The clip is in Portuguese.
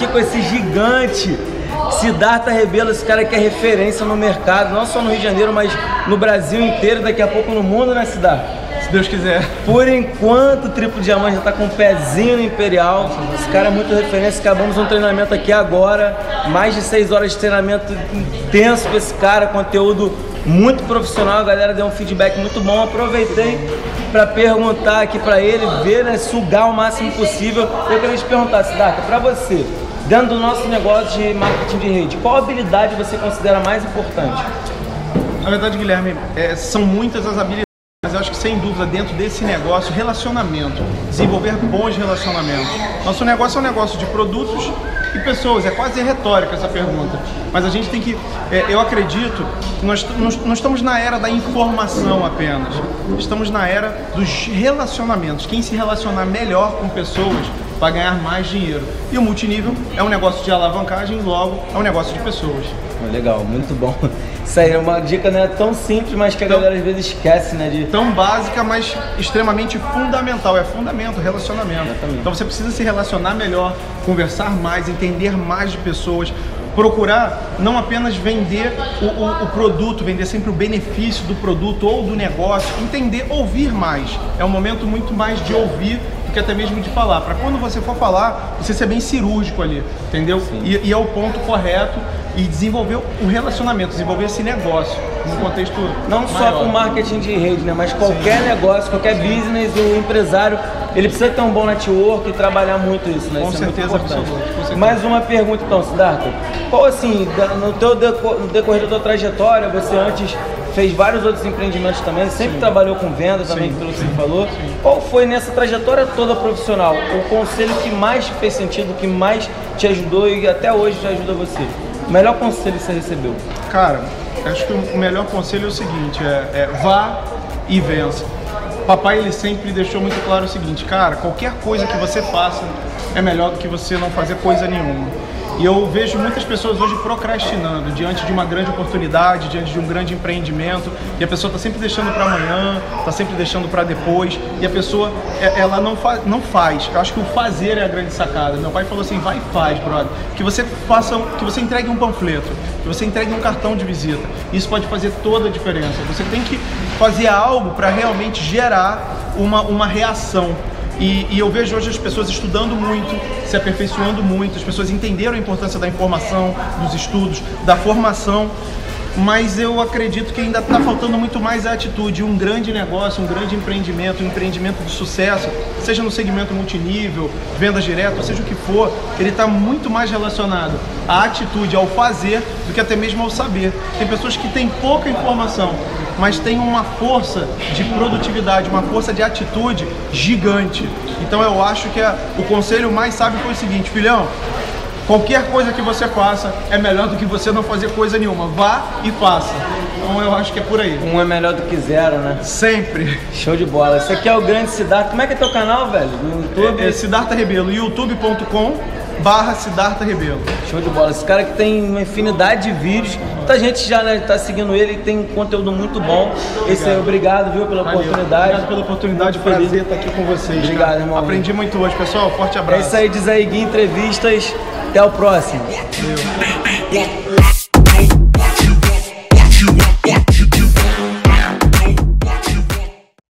aqui com esse gigante, Siddhartha Rebelo, esse cara que é referência no mercado, não só no Rio de Janeiro, mas no Brasil inteiro, daqui a pouco no mundo, né, Siddhartha? Se Deus quiser. Por enquanto, o Triplo Diamante já tá com um pezinho no Imperial. Esse cara é muito referência. Acabamos um treinamento aqui agora. Mais de 6 horas de treinamento intenso com esse cara. Conteúdo muito profissional. A galera deu um feedback muito bom. Aproveitei para perguntar aqui para ele, ver, né, sugar o máximo possível. Eu queria te perguntar, Siddhartha, para você, dentro do nosso negócio de marketing de rede, qual habilidade você considera mais importante? Na verdade, Guilherme, são muitas as habilidades. Mas eu acho que, sem dúvida, dentro desse negócio, relacionamento, desenvolver bons relacionamentos. Nosso negócio é um negócio de produtos e pessoas, é quase retórica essa pergunta. Mas a gente tem que, eu acredito que nós não estamos na era da informação apenas, estamos na era dos relacionamentos. Quem se relacionar melhor com pessoas vai ganhar mais dinheiro. E o multinível é um negócio de alavancagem, logo é um negócio de pessoas. Legal, muito bom. Isso aí é uma dica, né, tão simples, mas que a galera às vezes esquece, né? Tão básica, mas extremamente fundamental. É fundamento, relacionamento. Exatamente. Então você precisa se relacionar melhor, conversar mais, entender mais de pessoas, procurar não apenas vender o produto, vender sempre o benefício do produto ou do negócio, entender, ouvir mais. É um momento muito mais de ouvir do que até mesmo de falar. Para quando você for falar, você ser bem cirúrgico ali, entendeu? E é o ponto correto. E desenvolver o relacionamento, desenvolver esse negócio no contexto não só com marketing de rede, né, mas qualquer negócio, qualquer business, o empresário, ele precisa ter um bom network e trabalhar muito isso, né? Com isso certeza, é muito importante. absoluto, com certeza. Mais uma pergunta então, Siddhartha. Qual, assim, no decorrer da tua trajetória, você antes fez vários outros empreendimentos também, sempre trabalhou com venda também, pelo que você falou. Qual foi nessa trajetória toda profissional o conselho que mais te fez sentido, que mais te ajudou e até hoje te ajuda você? O melhor conselho que você recebeu? Cara, acho que o melhor conselho é o seguinte, vá e vença. Papai, ele sempre deixou muito claro o seguinte, cara, qualquer coisa que você faça é melhor do que você não fazer coisa nenhuma. E eu vejo muitas pessoas hoje procrastinando diante de uma grande oportunidade, diante de um grande empreendimento, e a pessoa está sempre deixando para amanhã, está sempre deixando para depois, e a pessoa, ela não faz. Eu acho que o fazer é a grande sacada. Meu pai falou assim, vai e faz, brother. Que você faça, que você entregue um panfleto, que você entregue um cartão de visita. Isso pode fazer toda a diferença. Você tem que fazer algo para realmente gerar uma reação. E eu vejo hoje as pessoas estudando muito, se aperfeiçoando muito, as pessoas entenderam a importância da informação, dos estudos, da formação, mas eu acredito que ainda está faltando muito mais a atitude. Um grande negócio, um grande empreendimento, um empreendimento de sucesso, seja no segmento multinível, vendas diretas, seja o que for, ele está muito mais relacionado à atitude, ao fazer, do que até mesmo ao saber. Tem pessoas que têm pouca informação, mas tem uma força de produtividade, uma força de atitude gigante. Então eu acho que o conselho mais sábio foi o seguinte, filhão, qualquer coisa que você faça é melhor do que você não fazer coisa nenhuma. Vá e faça. Então eu acho que é por aí. Um é melhor do que zero, né? Sempre. Show de bola. Esse aqui é o grande Siddhartha. Como é que é teu canal, velho? No YouTube? Siddhartha Rebelo, youtube.com/Siddhartha Rebelo. Show de bola. Esse cara que tem uma infinidade de vídeos. Muita gente já, né, tá seguindo ele, tem conteúdo muito bom. Esse aí, obrigado, viu, pela oportunidade. Obrigado pela oportunidade, prazer estar aqui com vocês. Obrigado, cara. irmão. Aprendi muito hoje, pessoal. Forte abraço. É isso aí, diz aí, Gui Entrevistas. Até o próximo. Valeu.